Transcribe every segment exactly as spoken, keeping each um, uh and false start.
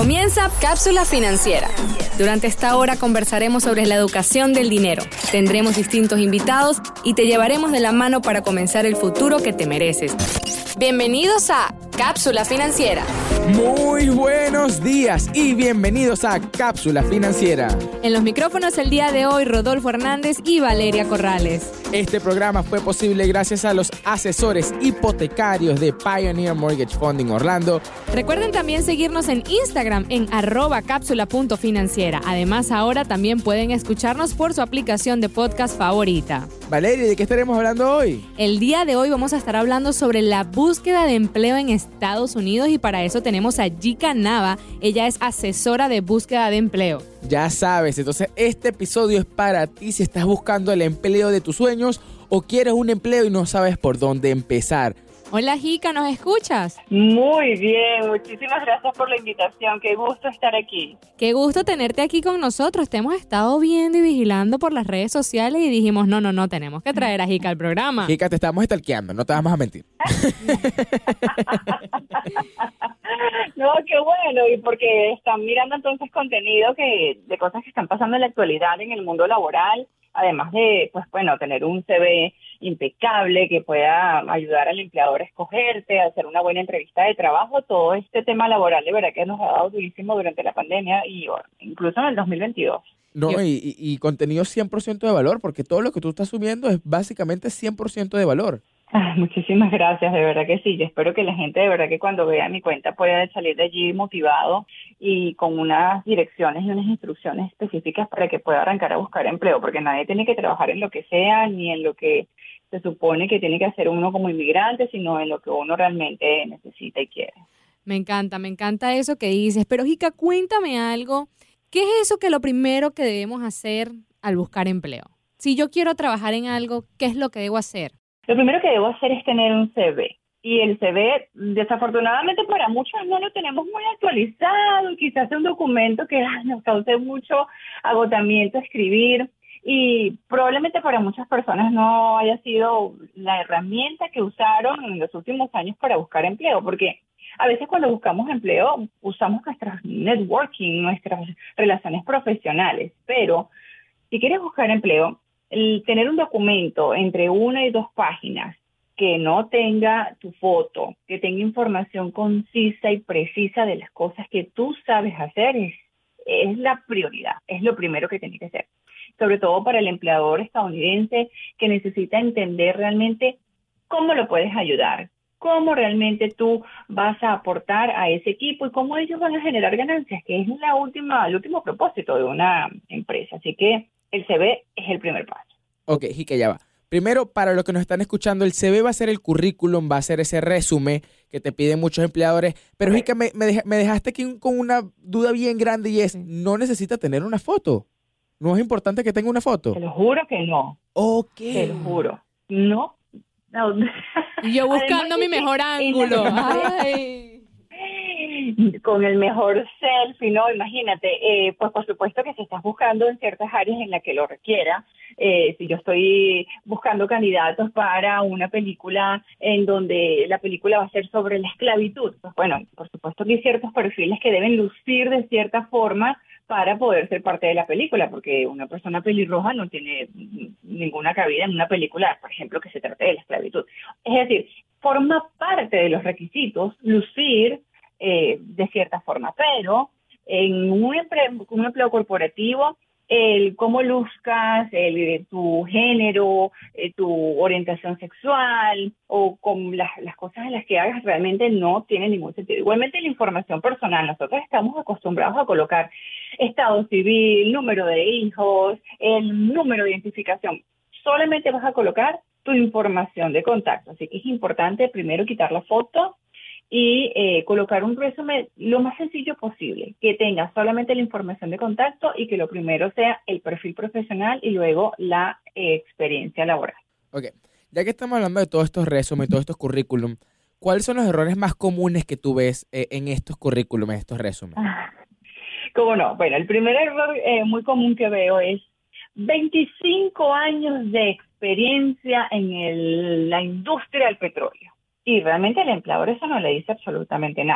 Comienza Cápsula Financiera. Durante esta hora conversaremos sobre la educación del dinero. Tendremos distintos invitados y te llevaremos de la mano para comenzar el futuro que te mereces. Bienvenidos a Cápsula Financiera. Muy buenos días y bienvenidos a Cápsula Financiera. En los micrófonos el día de hoy, Rodolfo Hernández y Valeria Corrales. Este programa fue posible gracias a los asesores hipotecarios de Pioneer Mortgage Funding Orlando. Recuerden también seguirnos en Instagram en arroba cápsula punto financiera. Además, ahora también pueden escucharnos por su aplicación de podcast favorita. Valeria, ¿de qué estaremos hablando hoy? El día de hoy vamos a estar hablando sobre la búsqueda de empleo en Estados Unidos y para eso tenemos a Gika Nava. Ella es asesora de búsqueda de empleo. Ya sabes, entonces este episodio es para ti si estás buscando el empleo de tus sueños o quieres un empleo y no sabes por dónde empezar. Hola Gika, ¿nos escuchas? Muy bien, muchísimas gracias por la invitación, qué gusto estar aquí. Qué gusto tenerte aquí con nosotros, te hemos estado viendo y vigilando por las redes sociales y dijimos, no, no, no, tenemos que traer a Gika al programa. Gika, te estamos stalkeando, no te vamos a mentir. No, qué bueno, y porque están mirando entonces contenido que de cosas que están pasando en la actualidad en el mundo laboral, además de, pues bueno, tener un C V impecable que pueda ayudar al empleador a escogerte, a hacer una buena entrevista de trabajo. Todo este tema laboral de verdad que nos ha dado durísimo durante la pandemia y incluso en el dos mil veintidós. No, y, y, y contenido cien por ciento de valor, porque todo lo que tú estás subiendo es básicamente cien por ciento de valor. Ah, muchísimas gracias, de verdad que sí. Yo espero que la gente de verdad que cuando vea mi cuenta pueda salir de allí motivado y con unas direcciones y unas instrucciones específicas para que pueda arrancar a buscar empleo, porque nadie tiene que trabajar en lo que sea ni en lo que se supone que tiene que hacer uno como inmigrante, sino en lo que uno realmente necesita y quiere. Me encanta, me encanta eso que dices. Pero Gika, cuéntame algo. ¿Qué es eso que lo primero que debemos hacer al buscar empleo? Si yo quiero trabajar en algo, ¿qué es lo que debo hacer? Lo primero que debo hacer es tener un C V. Y el C V, desafortunadamente para muchos no lo tenemos muy actualizado. Quizás es un documento que ay, nos cause mucho agotamiento escribir. Y probablemente para muchas personas no haya sido la herramienta que usaron en los últimos años para buscar empleo. Porque a veces cuando buscamos empleo usamos nuestras networking, nuestras relaciones profesionales. Pero si quieres buscar empleo, el tener un documento entre una y dos páginas que no tenga tu foto, que tenga información concisa y precisa de las cosas que tú sabes hacer, es, es la prioridad, es lo primero que tienes que hacer. Sobre todo para el empleador estadounidense que necesita entender realmente cómo lo puedes ayudar, cómo realmente tú vas a aportar a ese equipo y cómo ellos van a generar ganancias, que es la última, el último propósito de una empresa. Así que el C V es el primer paso. Ok, Gika, ya va. Primero, para los que nos están escuchando, el C V va a ser el currículum, va a ser ese resumen que te piden muchos empleadores. Pero, Gika, me, me, deja, me dejaste aquí con una duda bien grande y es, ¿no necesita tener una foto? ¿No es importante que tenga una foto? Te lo juro que no. Ok. Te lo juro. No. no. Y yo buscando mi mejor ángulo. Ay. Con el mejor selfie, ¿no? Imagínate, eh, pues por supuesto que si estás buscando en ciertas áreas en las que lo requiera, eh, si yo estoy buscando candidatos para una película en donde la película va a ser sobre la esclavitud, pues bueno, por supuesto que hay ciertos perfiles que deben lucir de cierta forma para poder ser parte de la película, porque una persona pelirroja no tiene ninguna cabida en una película, por ejemplo, que se trate de la esclavitud. Es decir, forma parte de los requisitos lucir Eh, de cierta forma, pero en un empleo, un empleo corporativo, el cómo luzcas, el, tu género, eh, tu orientación sexual o con las, las cosas en las que hagas realmente no tiene ningún sentido. Igualmente la información personal, nosotros estamos acostumbrados a colocar estado civil, número de hijos, el número de identificación. Solamente vas a colocar tu información de contacto, así que es importante primero quitar la foto y eh, colocar un resumen lo más sencillo posible, que tenga solamente la información de contacto y que lo primero sea el perfil profesional y luego la eh, experiencia laboral. Ok, ya que estamos hablando de todos estos resúmenes, todos estos currículum, ¿cuáles son los errores más comunes que tú ves eh, en estos currículum, en estos resúmenes? Ah, ¿cómo no? Bueno, el primer error eh, muy común que veo es veinticinco años de experiencia en el, la industria del petróleo. Y realmente el empleador eso no le dice absolutamente nada.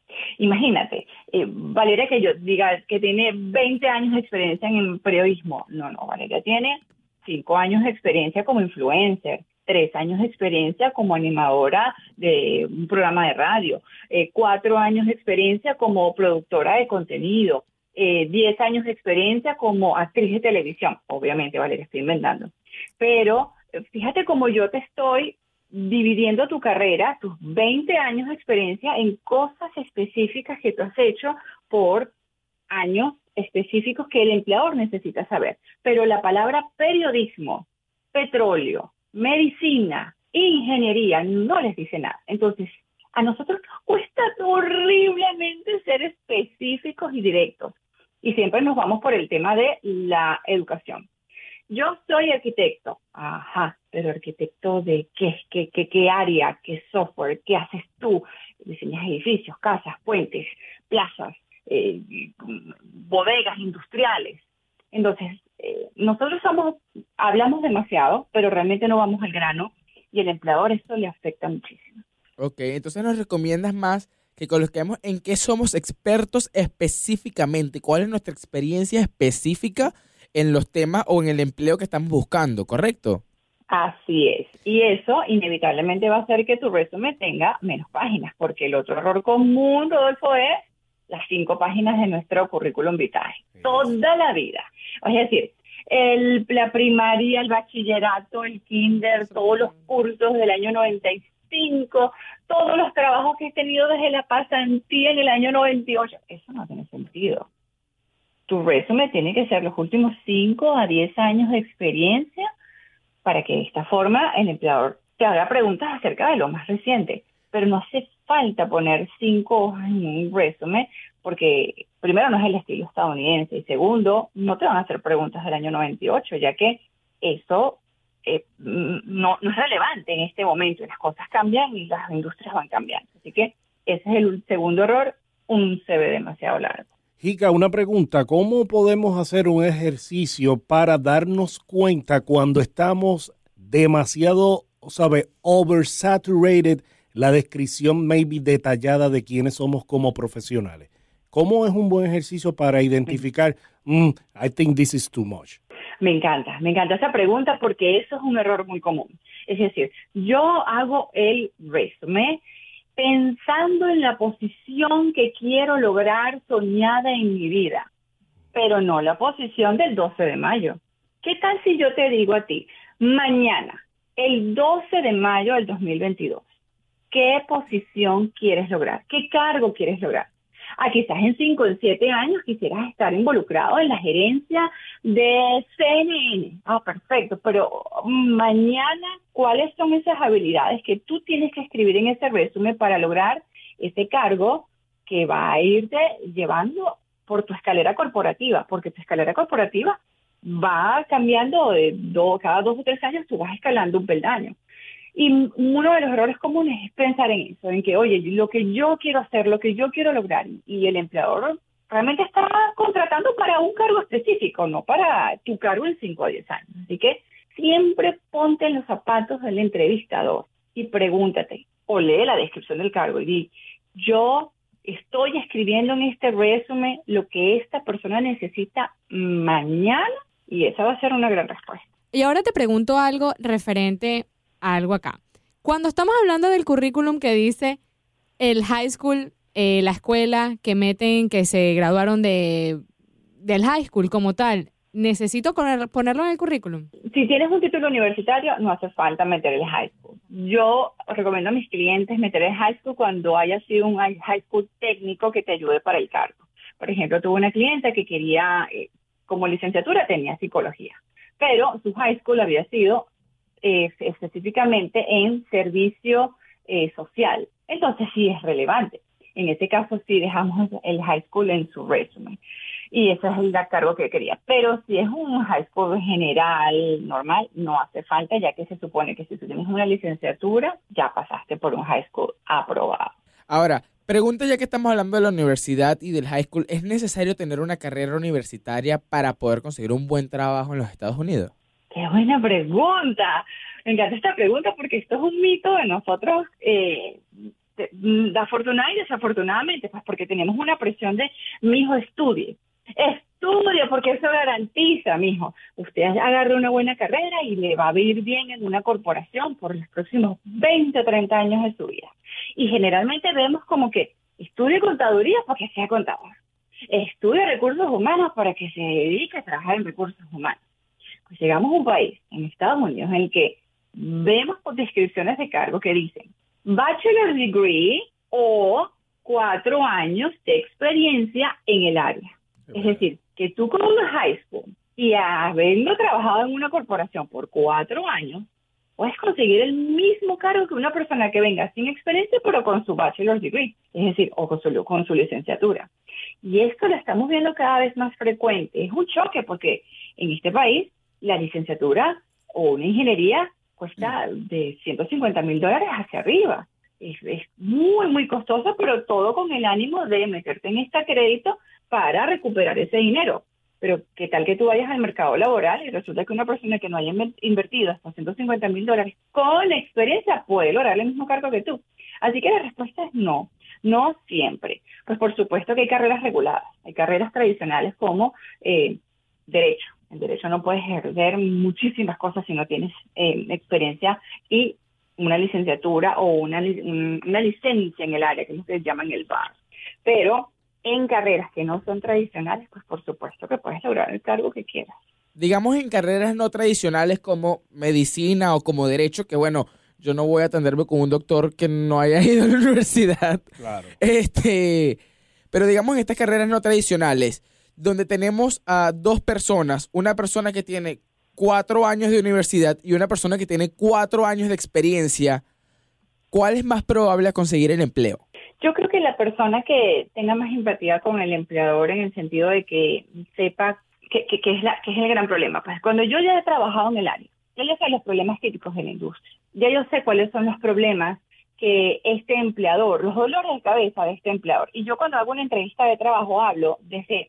Imagínate, eh, Valeria, que yo diga que tiene veinte años de experiencia en periodismo. No, no, Valeria tiene cinco años de experiencia como influencer, tres años de experiencia como animadora de un programa de radio, eh, cuatro años de experiencia como productora de contenido, eh, diez años de experiencia como actriz de televisión. Obviamente, Valeria, estoy inventando. Pero fíjate cómo yo te estoy dividiendo tu carrera, tus veinte años de experiencia en cosas específicas que tú has hecho por años específicos que el empleador necesita saber. Pero la palabra periodismo, petróleo, medicina, ingeniería no les dice nada. Entonces, a nosotros nos cuesta horriblemente ser específicos y directos. Y siempre nos vamos por el tema de la educación. Yo soy arquitecto. Ajá, pero arquitecto de qué, qué, qué, qué área, qué software, qué haces tú. Diseñas edificios, casas, puentes, plazas, eh, bodegas industriales. Entonces, eh, nosotros somos, hablamos demasiado, pero realmente no vamos al grano y el empleador eso le afecta muchísimo. Ok, entonces nos recomiendas más que coloquemos en qué somos expertos específicamente, cuál es nuestra experiencia específica en los temas o en el empleo que estamos buscando, ¿correcto? Así es. Y eso inevitablemente va a hacer que tu resumen tenga menos páginas, porque el otro error común, Rodolfo, es las cinco páginas de nuestro currículum vitae. Sí. Toda la vida. Es decir, el, la primaria, el bachillerato, el kinder, todos los cursos del año noventa y cinco, todos los trabajos que he tenido desde la pasantía en el año noventa y ocho. Eso no tiene sentido. Tu resumen tiene que ser los últimos cinco a diez años de experiencia para que de esta forma el empleador te haga preguntas acerca de lo más reciente. Pero no hace falta poner cinco hojas en un resumen porque primero no es el estilo estadounidense y segundo no te van a hacer preguntas del año noventa y ocho, ya que eso eh, no, no es relevante en este momento y las cosas cambian y las industrias van cambiando. Así que ese es el segundo error, un C V demasiado largo. Jica, una pregunta, ¿cómo podemos hacer un ejercicio para darnos cuenta cuando estamos demasiado, sabe, oversaturated, la descripción maybe detallada de quiénes somos como profesionales? ¿Cómo es un buen ejercicio para identificar, mm, I think this is too much? Me encanta, me encanta esa pregunta porque eso es un error muy común. Es decir, yo hago el resumen pensando en la posición que quiero lograr soñada en mi vida, pero no la posición del doce de mayo. ¿Qué tal si yo te digo a ti, mañana, el doce de mayo del dos mil veintidós, qué posición quieres lograr? ¿Qué cargo quieres lograr? Ah, quizás en cinco o en siete años quisieras estar involucrado en la gerencia de C N N. Ah, perfecto, pero mañana, ¿cuáles son esas habilidades que tú tienes que escribir en ese resumen para lograr ese cargo que va a irte llevando por tu escalera corporativa? Porque tu escalera corporativa va cambiando de dos, cada dos o tres años, tú vas escalando un peldaño. Y uno de los errores comunes es pensar en eso, en que, oye, lo que yo quiero hacer, lo que yo quiero lograr, y el empleador realmente está contratando para un cargo específico, no para tu cargo en cinco o diez años. Así que siempre ponte en los zapatos del entrevistador y pregúntate, o lee la descripción del cargo y di, yo estoy escribiendo en este resumen lo que esta persona necesita mañana, y esa va a ser una gran respuesta. Y ahora te pregunto algo referente algo acá. Cuando estamos hablando del currículum que dice el high school, eh, la escuela que meten, que se graduaron de del high school como tal, ¿necesito poner, ponerlo en el currículum? Si tienes un título universitario, no hace falta meter el high school. Yo recomiendo a mis clientes meter el high school cuando haya sido un high school técnico que te ayude para el cargo. Por ejemplo, tuve una clienta que quería, eh, como licenciatura, tenía psicología, pero su high school había sido Eh, específicamente en servicio eh, social. Entonces sí es relevante. En este caso sí dejamos el high school en su resumen. Y ese es el cargo que quería. Pero si es un high school general, normal, no hace falta, ya que se supone que si tú tienes una licenciatura, ya pasaste por un high school aprobado. Ahora, pregunta ya que estamos hablando de la universidad y del high school, ¿es necesario tener una carrera universitaria para poder conseguir un buen trabajo en los Estados Unidos? ¡Qué buena pregunta! Me encanta esta pregunta porque esto es un mito de nosotros, eh, te, afortunada y desafortunadamente, pues porque tenemos una presión de, mijo, estudie, estudie, porque eso garantiza, mijo, usted agarre una buena carrera y le va a ir bien en una corporación por los próximos veinte, treinta años de su vida. Y generalmente vemos como que estudie contaduría para que sea contador, estudie recursos humanos para que se dedique a trabajar en recursos humanos. Pues llegamos a un país, en Estados Unidos, en el que vemos descripciones de cargo que dicen bachelor degree o cuatro años de experiencia en el área. Es decir, que tú con una high school y habiendo trabajado en una corporación por cuatro años, puedes conseguir el mismo cargo que una persona que venga sin experiencia, pero con su bachelor degree, es decir, o con su, con su licenciatura. Y esto lo estamos viendo cada vez más frecuente. Es un choque porque en este país la licenciatura o una ingeniería cuesta de ciento cincuenta mil dólares hacia arriba. Es, es muy, muy costoso, pero todo con el ánimo de meterte en este crédito para recuperar ese dinero. Pero qué tal que tú vayas al mercado laboral y resulta que una persona que no haya invertido hasta ciento cincuenta mil dólares con experiencia puede lograr el mismo cargo que tú. Así que la respuesta es no, no siempre. Pues por supuesto que hay carreras reguladas, hay carreras tradicionales como eh, derecho. En derecho no puedes ejercer muchísimas cosas si no tienes eh, experiencia y una licenciatura o una, una licencia en el área, que es lo que llaman el bar. Pero en carreras que no son tradicionales, pues por supuesto que puedes lograr el cargo que quieras. Digamos en carreras no tradicionales como medicina o como derecho, que bueno, yo no voy a atenderme con un doctor que no haya ido a la universidad. Claro. Este, pero digamos en estas carreras no tradicionales, donde tenemos a dos personas, una persona que tiene cuatro años de universidad y una persona que tiene cuatro años de experiencia, ¿cuál es más probable a conseguir el empleo? Yo creo que la persona que tenga más empatía con el empleador en el sentido de que sepa que, que, que, es, la, que es el gran problema. Pues cuando yo ya he trabajado en el área, yo ya sé los problemas típicos de la industria, ya yo sé cuáles son los problemas que este empleador, los dolores de cabeza de este empleador. Y yo cuando hago una entrevista de trabajo hablo desde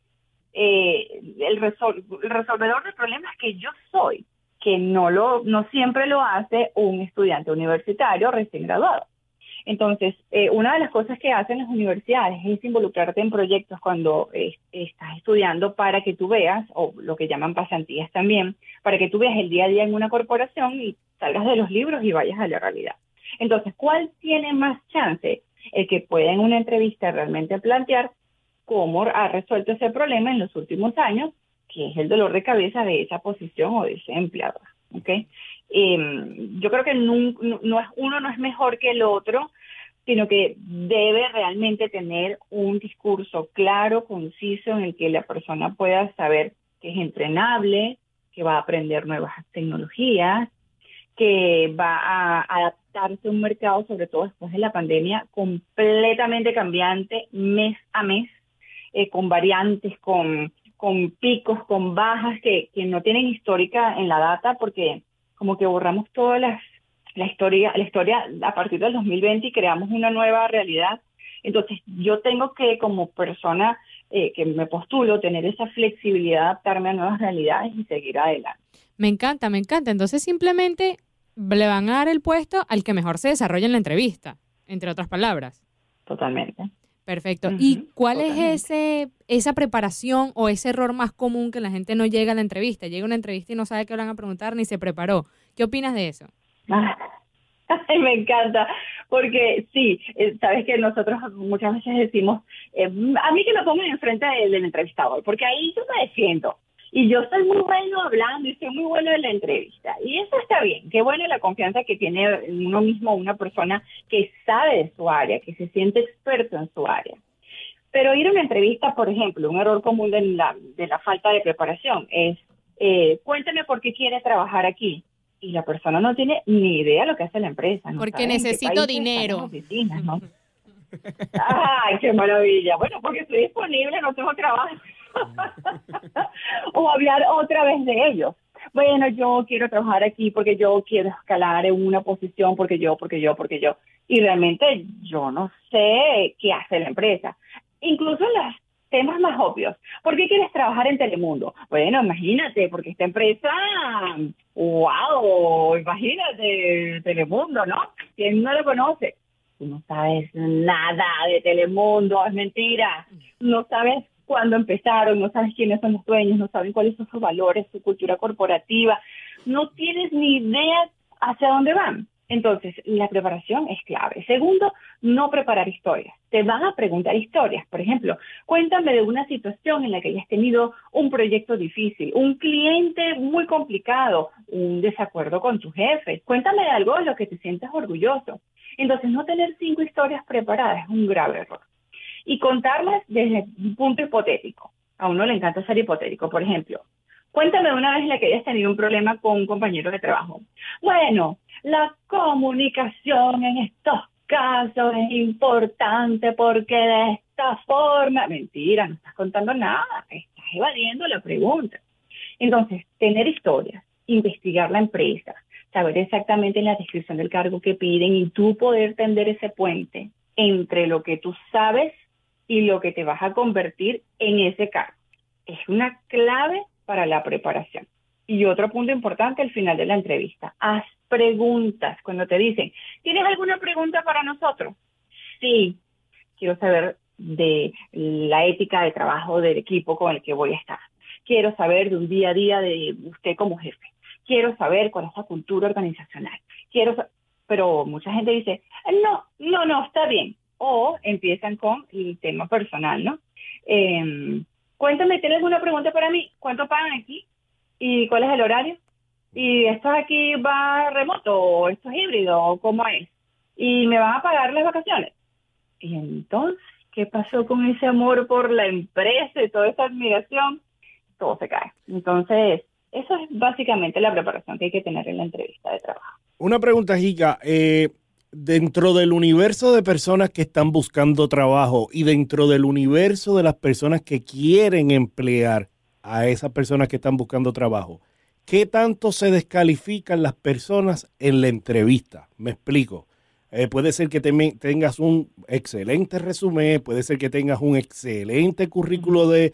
eh, el, resol, el resolvedor de problemas que yo soy, que no, lo, no siempre lo hace un estudiante universitario recién graduado. Entonces, eh, una de las cosas que hacen las universidades es involucrarte en proyectos cuando eh, estás estudiando para que tú veas, o lo que llaman pasantías también, para que tú veas el día a día en una corporación y salgas de los libros y vayas a la realidad. Entonces, ¿cuál tiene más chance? El que pueda en una entrevista realmente plantear cómo ha resuelto ese problema en los últimos años, que es el dolor de cabeza de esa posición o de ese empleador. ¿Okay? Eh, yo creo que no, no es, uno no es mejor que el otro, sino que debe realmente tener un discurso claro, conciso, en el que la persona pueda saber que es entrenable, que va a aprender nuevas tecnologías, que va a adaptarse a un mercado, sobre todo después de la pandemia, completamente cambiante mes a mes, eh, con variantes, con... con picos, con bajas que, que no tienen histórica en la data, porque como que borramos toda la, la historia la historia a partir del dos mil veinte y creamos una nueva realidad. Entonces yo tengo que, como persona eh, que me postulo, tener esa flexibilidad, adaptarme a nuevas realidades y seguir adelante. Me encanta, me encanta. Entonces simplemente le van a dar el puesto al que mejor se desarrolla en la entrevista, entre otras palabras. Totalmente. Perfecto. Uh-huh, ¿Y cuál totalmente. es ese esa preparación o ese error más común que la gente no llega a la entrevista? Llega a una entrevista y no sabe qué le van a preguntar ni se preparó. ¿Qué opinas de eso? Ay, me encanta, porque sí, eh, sabes que nosotros muchas veces decimos, eh, a mí que me pongan enfrente del, del entrevistador, porque ahí yo me defiendo. Y yo soy muy bueno hablando y soy muy bueno en la entrevista. Y eso está bien. Qué buena la confianza que tiene uno mismo, una persona que sabe de su área, que se siente experto en su área. Pero ir a una entrevista, por ejemplo, un error común de la, de la falta de preparación es, eh, cuéntame por qué quiere trabajar aquí. Y la persona no tiene ni idea de lo que hace la empresa. No porque necesito dinero. Oficinas, ¿no? ¡Ay, qué maravilla! Bueno, porque estoy disponible, no tengo trabajo. O hablar otra vez de ellos. Bueno, yo quiero trabajar aquí porque yo quiero escalar en una posición, porque yo, porque yo, porque yo. Y realmente yo no sé qué hace la empresa. Incluso en los temas más obvios. ¿Por qué quieres trabajar en Telemundo? Bueno, imagínate, porque esta empresa, wow, imagínate, Telemundo, ¿no? ¿Quién no lo conoce? tú no sabes nada de Telemundo, es mentira. No sabes cuándo empezaron, no sabes quiénes son los dueños, no saben cuáles son sus valores, su cultura corporativa. No tienes ni idea hacia dónde van. Entonces, la preparación es clave. Segundo, no preparar historias. Te van a preguntar historias. Por ejemplo, cuéntame de una situación en la que hayas tenido un proyecto difícil, un cliente muy complicado, un desacuerdo con tu jefe. Cuéntame de algo de lo que te sientas orgulloso. Entonces, no tener cinco historias preparadas es un grave error. Y contarlas desde un punto hipotético. A uno le encanta ser hipotético. Por ejemplo, cuéntame una vez en la que hayas tenido un problema con un compañero de trabajo. Bueno, la comunicación en estos casos es importante porque de esta forma... Mentira, no estás contando nada, estás evadiendo la pregunta. Entonces, tener historias, investigar la empresa, saber exactamente en la descripción del cargo que piden y tú poder tender ese puente entre lo que tú sabes y lo que te vas a convertir en ese cargo. Es una clave para la preparación. Y otro punto importante al final de la entrevista, haz preguntas. Cuando te dicen, ¿tienes alguna pregunta para nosotros? Sí, quiero saber de la ética de trabajo del equipo con el que voy a estar. Quiero saber de un día a día de usted como jefe. Quiero saber cuál es la cultura organizacional. Quiero sa- Pero mucha gente dice, no, no, no, está bien. O empiezan con el tema personal, ¿no? Eh, cuéntame, ¿tienes alguna pregunta para mí? ¿Cuánto pagan aquí? ¿Y cuál es el horario? ¿Y esto aquí va remoto o esto es híbrido o cómo es? ¿Y me van a pagar las vacaciones? Y entonces, ¿qué pasó con ese amor por la empresa y toda esa admiración? Todo se cae. Entonces, eso es básicamente la preparación que hay que tener en la entrevista de trabajo. Una pregunta, Jica. Eh, dentro del universo de personas que están buscando trabajo y dentro del universo de las personas que quieren emplear a esas personas que están buscando trabajo, ¿qué tanto se descalifican las personas en la entrevista? Me explico. Eh, puede ser que te, tengas un excelente resumen, puede ser que tengas un excelente currículo de,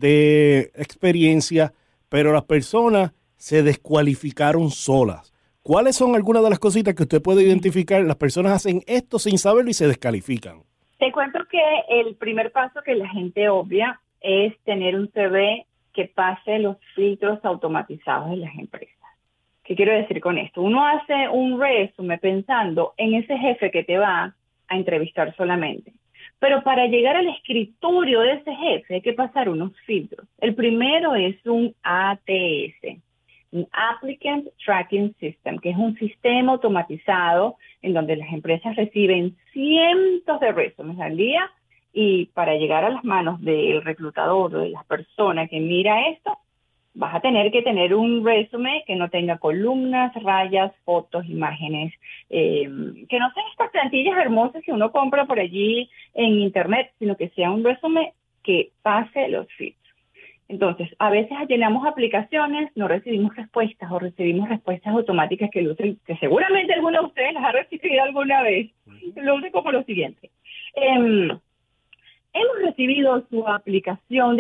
de experiencia, pero las personas se descualificaron solas. ¿Cuáles son algunas de las cositas que usted puede identificar? Las personas hacen esto sin saberlo y se descalifican. Te cuento que el primer paso que la gente obvia es tener un C V que pase los filtros automatizados de las empresas. ¿Qué quiero decir con esto? Uno hace un resumen pensando en ese jefe que te va a entrevistar solamente. Pero para llegar al escritorio de ese jefe hay que pasar unos filtros. El primero es un A T S, un Applicant Tracking System, que es un sistema automatizado en donde las empresas reciben cientos de resúmenes al día y para llegar a las manos del reclutador o de la persona que mira esto, vas a tener que tener un resumen que no tenga columnas, rayas, fotos, imágenes, eh, que no sean estas plantillas hermosas que uno compra por allí en internet, sino que sea un resumen que pase los filtros. Entonces, a veces llenamos aplicaciones, no recibimos respuestas o recibimos respuestas automáticas que lucen, que seguramente alguno de ustedes las ha recibido alguna vez. Lo usen como lo siguiente. Eh, Hemos recibido su aplicación.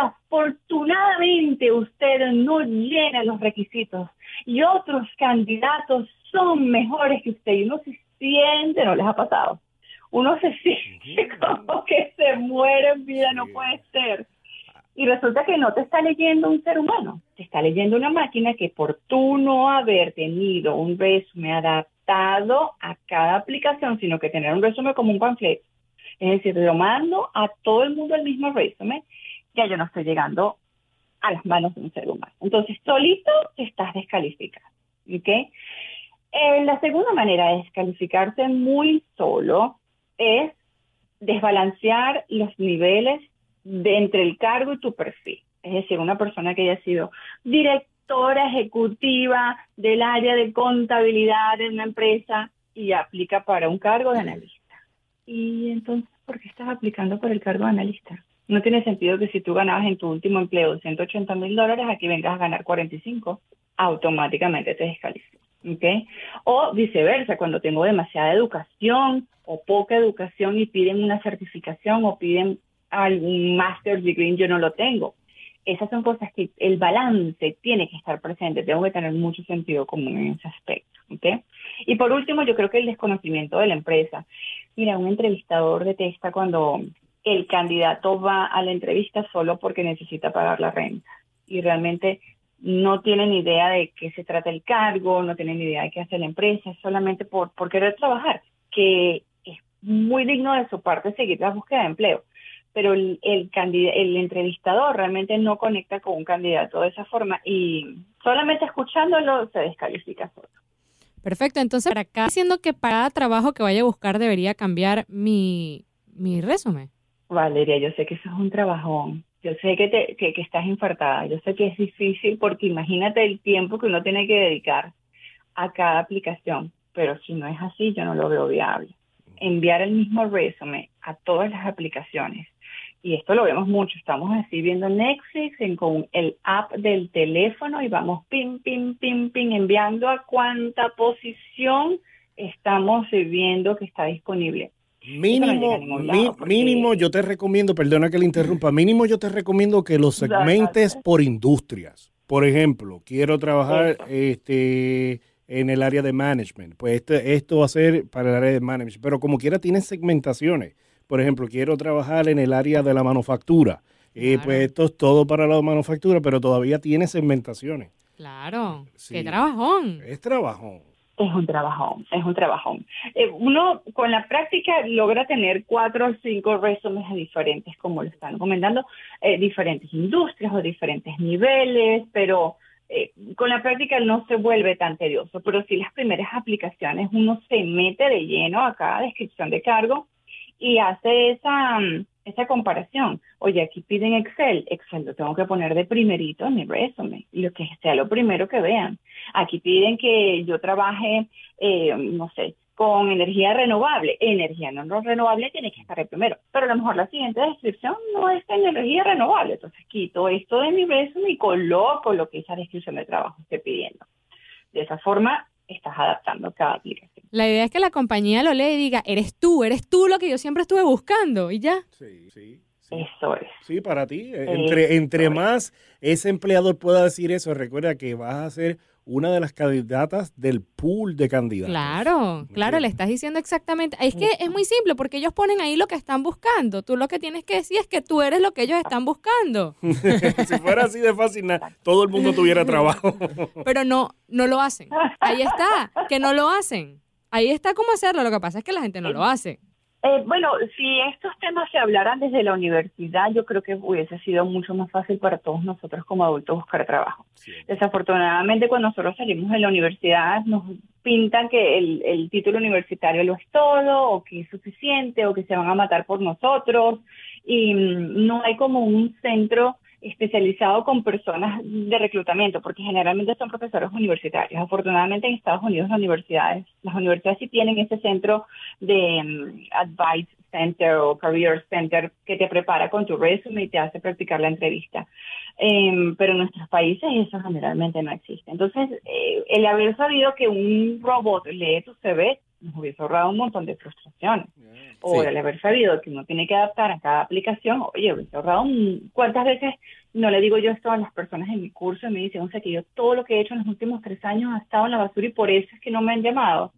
Desafortunadamente, usted no llena los requisitos y otros candidatos son mejores que usted. Y uno se siente, no les ha pasado, uno se siente como que se muere en vida, no puede ser. Y resulta que no te está leyendo un ser humano, te está leyendo una máquina que por tú no haber tenido un resumen adaptado a cada aplicación, sino que tener un resumen como un panfleto. Es decir, lo mando a todo el mundo el mismo resumen, ya yo no estoy llegando a las manos de un ser humano. Entonces, solito te estás descalificando, ¿ok? Eh, la segunda manera de descalificarse muy solo es desbalancear los niveles de entre el cargo y tu perfil. Es decir, una persona que haya sido directora ejecutiva del área de contabilidad de una empresa y aplica para un cargo de analista. Y entonces, ¿por qué estás aplicando por el cargo de analista? No tiene sentido que si tú ganabas en tu último empleo ciento ochenta mil dólares, aquí vengas a ganar cuarenta y cinco, automáticamente te descalificas, ¿ok? O viceversa, cuando tengo demasiada educación o poca educación y piden una certificación o piden algún master degree, yo no lo tengo. Esas son cosas que el balance tiene que estar presente, tengo que tener mucho sentido común en ese aspecto. ¿okay? Y por último, yo creo que el desconocimiento de la empresa. Mira, un entrevistador detesta cuando el candidato va a la entrevista solo porque necesita pagar la renta y realmente no tienen idea de qué se trata el cargo, no tienen idea de qué hace la empresa, es solamente por, por querer trabajar, que es muy digno de su parte seguir la búsqueda de empleo, pero el, el, candid- el entrevistador realmente no conecta con un candidato de esa forma y solamente escuchándolo se descalifica solo. Perfecto, entonces para acá diciendo que para cada trabajo que vaya a buscar debería cambiar mi, mi resumen. Valeria, yo sé que eso es un trabajón. Yo sé que, te, que, que estás infartada. Yo sé que es difícil porque imagínate el tiempo que uno tiene que dedicar a cada aplicación. Pero si no es así, yo no lo veo viable. Enviar el mismo resumen a todas las aplicaciones. Y esto lo vemos mucho. Estamos así viendo Netflix en, con el app del teléfono y vamos pim, pim, pim, pim, enviando a cuánta posición estamos viendo que está disponible. Mínimo, no mi, porque... mínimo yo te recomiendo, perdona que le interrumpa, mínimo yo te recomiendo que lo segmentes por industrias. Por ejemplo, quiero trabajar este, en el área de management, pues este, esto va a ser para el área de management, pero como quiera tienes segmentaciones. Por ejemplo, quiero trabajar en el área de la manufactura, claro. eh, pues esto es todo para la manufactura, pero todavía tiene segmentaciones. Claro, sí. Qué trabajón. Es trabajón. Es un trabajón, es un trabajón. Eh, uno con la práctica logra tener cuatro o cinco resúmenes diferentes, como lo están comentando, eh, diferentes industrias o diferentes niveles, pero eh, con la práctica no se vuelve tan tedioso. Pero sí las primeras aplicaciones uno se mete de lleno a cada descripción de cargo y hace esa, esa comparación. Oye, aquí piden Excel, Excel lo tengo que poner de primerito en mi resumen, lo que sea lo primero que vean. Aquí piden que yo trabaje, eh, no sé, con energía renovable. Energía no renovable tiene que estar de primero, pero a lo mejor la siguiente descripción no es en energía renovable. Entonces quito esto de mi resumen y coloco lo que esa descripción de trabajo esté pidiendo. De esa forma estás adaptando cada aplicación. La idea es que la compañía lo lea y diga, eres tú, eres tú lo que yo siempre estuve buscando y ya. Sí, sí. Sí. Eso es. Sí, para ti. Entre, entre más ese empleador pueda decir eso, recuerda que vas a ser una de las candidatas del pool de candidatos. Claro, claro, le estás diciendo exactamente. Es que es muy simple porque ellos ponen ahí lo que están buscando. Tú lo que tienes que decir es que tú eres lo que ellos están buscando. Si fuera así de fácil, todo el mundo tuviera trabajo. Pero no, no lo hacen. Ahí está, que no lo hacen. Ahí está cómo hacerlo. Lo que pasa es que la gente no lo hace. Eh, bueno, si estos temas se hablaran desde la universidad, yo creo que hubiese sido mucho más fácil para todos nosotros como adultos buscar trabajo. Sí. Desafortunadamente, cuando nosotros salimos de la universidad, nos pintan que el, el título universitario lo es todo, o que es suficiente, o que se van a matar por nosotros, y mmm, no hay como un centro especializado con personas de reclutamiento, porque generalmente son profesores universitarios. Afortunadamente en Estados Unidos las universidades, las universidades sí tienen ese centro de um, Advice Center o Career Center que te prepara con tu resumen y te hace practicar la entrevista. Eh, pero en nuestros países eso generalmente no existe. Entonces, eh, el haber sabido que un robot lee tu C V nos hubiese ahorrado un montón de frustraciones. O sí. El haber sabido que uno tiene que adaptar a cada aplicación, oye, hubiese ahorrado un... ¿Cuántas veces no le digo yo esto a las personas en mi curso y me dicen, o sea, que yo todo lo que he hecho en los últimos tres años ha estado en la basura y por eso es que no me han llamado?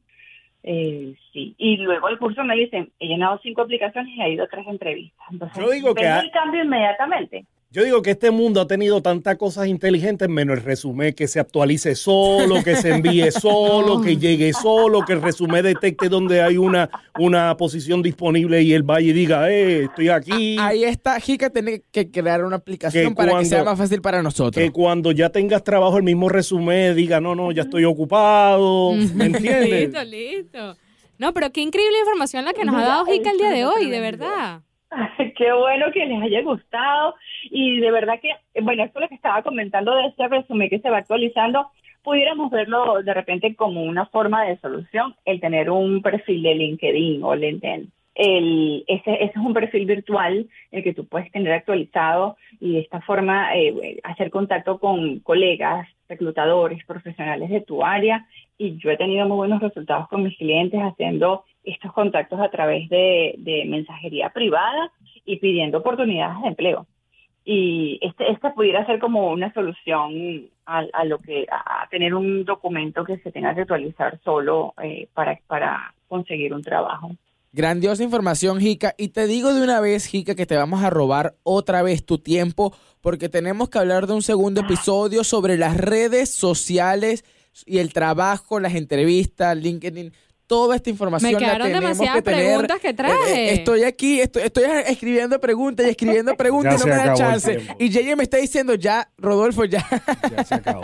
Eh, sí, y luego el curso me dicen, he llenado cinco aplicaciones y he ido a tres entrevistas. Entonces, yo digo que ha... el cambio inmediatamente. Yo digo que este mundo ha tenido tantas cosas inteligentes, menos el resumen que se actualice solo, que se envíe solo, que llegue solo, que el resumen detecte donde hay una, una posición disponible y él vaya y diga, eh, estoy aquí. Ahí está, Jica, tiene que crear una aplicación que para cuando, que sea más fácil para nosotros. Que cuando ya tengas trabajo, el mismo resumen diga, no, no, ya estoy ocupado, ¿me entiendes? Listo, listo. No, pero qué increíble información la que nos ha dado Jica el día de hoy, de verdad. Qué bueno que les haya gustado y de verdad que, bueno, esto es lo que estaba comentando de este resumen que se va actualizando, pudiéramos verlo de repente como una forma de solución, el tener un perfil de LinkedIn o LinkedIn. El, ese, ese es un perfil virtual el que tú puedes tener actualizado y de esta forma eh, hacer contacto con colegas, reclutadores, profesionales de tu área, y yo he tenido muy buenos resultados con mis clientes haciendo estos contactos a través de, de mensajería privada y pidiendo oportunidades de empleo. y este, esta pudiera ser como una solución a, a lo que a tener un documento que se tenga que actualizar solo eh, para, para conseguir un trabajo. Grandiosa información, Jica, y te digo de una vez, Jica, que te vamos a robar otra vez tu tiempo porque tenemos que hablar de un segundo episodio sobre las redes sociales y el trabajo, las entrevistas, LinkedIn. Toda esta información Me quedaron la tenemos demasiadas que tener. preguntas que traje. Eh, eh, estoy aquí, estoy, estoy escribiendo preguntas y escribiendo preguntas y no me da chance. Y J J me está diciendo, ya, Rodolfo, ya. Ya se acabó.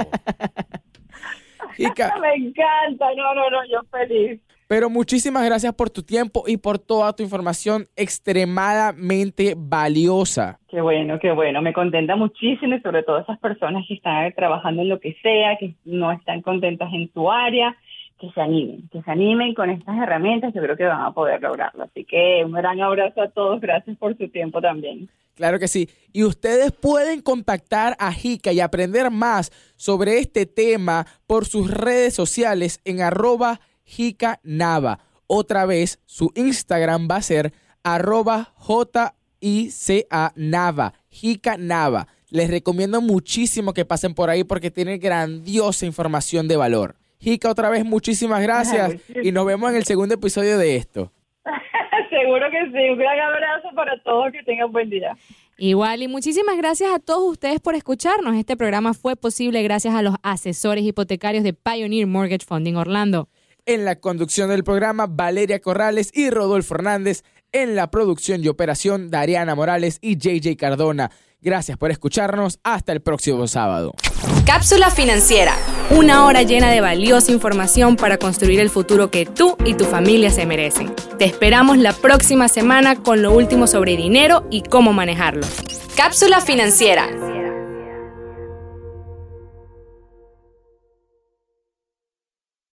Jica, Me encanta, no, no, no, yo feliz. pero muchísimas gracias por tu tiempo y por toda tu información extremadamente valiosa. Qué bueno, qué bueno. Me contenta muchísimo y sobre todo esas personas que están trabajando en lo que sea, que no están contentas en su área, que se animen, que se animen con estas herramientas. Yo creo que van a poder lograrlo. Así que un gran abrazo a todos. Gracias por su tiempo también. Claro que sí. Y ustedes pueden contactar a Jica y aprender más sobre este tema por sus redes sociales en arroba Jica Nava. Otra vez, su Instagram va a ser arroba J I C A Nava, Jica Nava. Les recomiendo muchísimo que pasen por ahí porque tienen grandiosa información de valor. Jica, otra vez, muchísimas gracias y nos vemos en el segundo episodio de esto. Seguro que sí. Un gran abrazo para todos. Que tengan buen día. Igual, y muchísimas gracias a todos ustedes por escucharnos. Este programa fue posible gracias a los asesores hipotecarios de Pioneer Mortgage Funding Orlando. En la conducción del programa, Valeria Corrales y Rodolfo Hernández. En la producción y operación, Dariana Morales y J J Cardona. Gracias por escucharnos. Hasta el próximo sábado. Cápsula Financiera. Una hora llena de valiosa información para construir el futuro que tú y tu familia se merecen. Te esperamos la próxima semana con lo último sobre dinero y cómo manejarlo. Cápsula Financiera.